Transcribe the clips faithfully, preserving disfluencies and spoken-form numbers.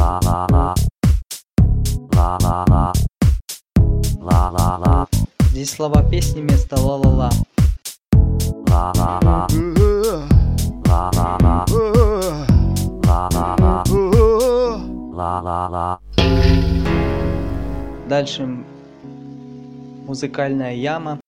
Здесь слова песни вместо ла-ла-ла. Дальше музыкальная яма.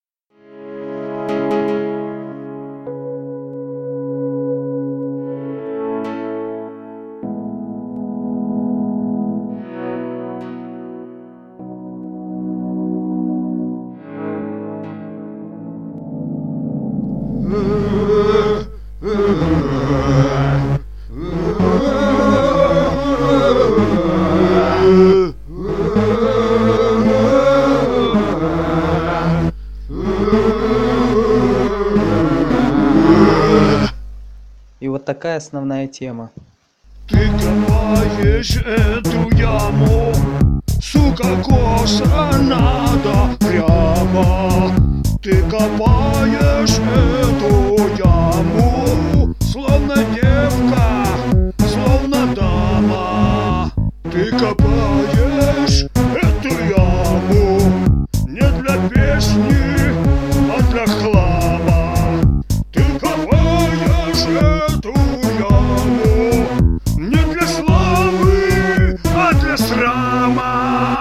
И вот такая основная тема. Ты копаешь эту яму, сука, коса надо прямо. Ты копаешь эту яму, словно девка, словно дама. Ты копаешь эту яму не для песни, а для хлама. Ты копаешь эту яму не для славы, а для срама.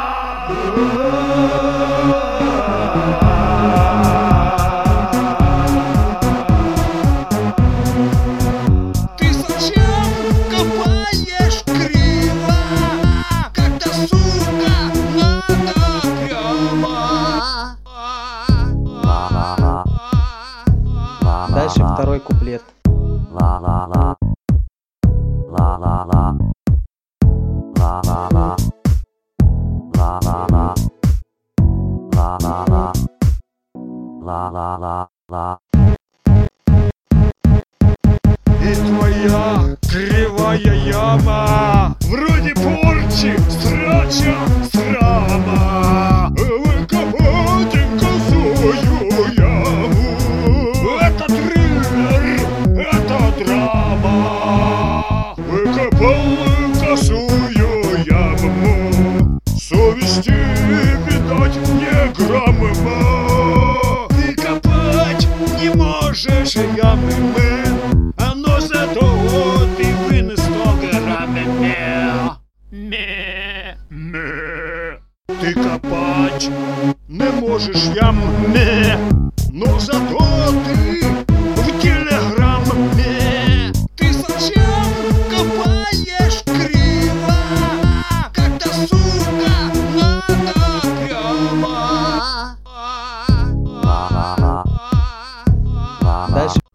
Ты зачем копаешь криво, когда, сука, надо прямо? Дальше второй куплет. И твоя кривая яма вроде порчи, срача, срама. Выкопать косую яму — это триллер, это драма. Выкопал косую яму, совести, видать, не грамма. Ты копать не можешь ямы мы, но зато ты вынес сто граммами. Ме, ме. Ты копать не можешь ямы, но зато ты в килограмме. Ты зачем копаешь криво, когда, сука, надо прямо? Дальше.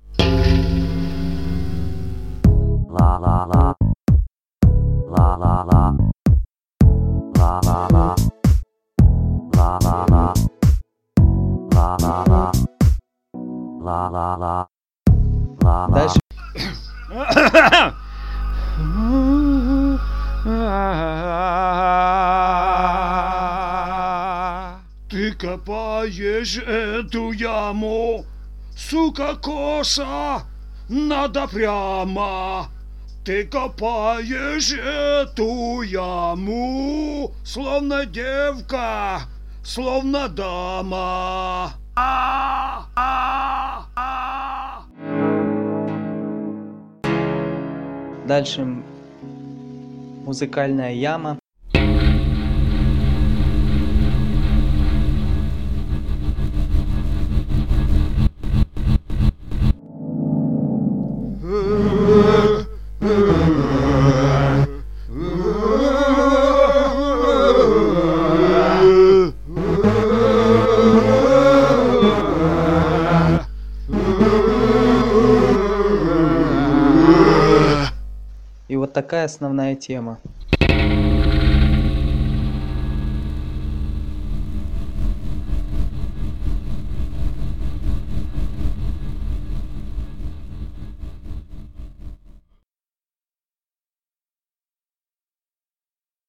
Дальше. Ты копаешь эту яму, сука, коса надо прямо. Ты копаешь эту яму, словно девка, словно дама. А, а, а. Дальше музыкальная яма. И вот такая основная тема.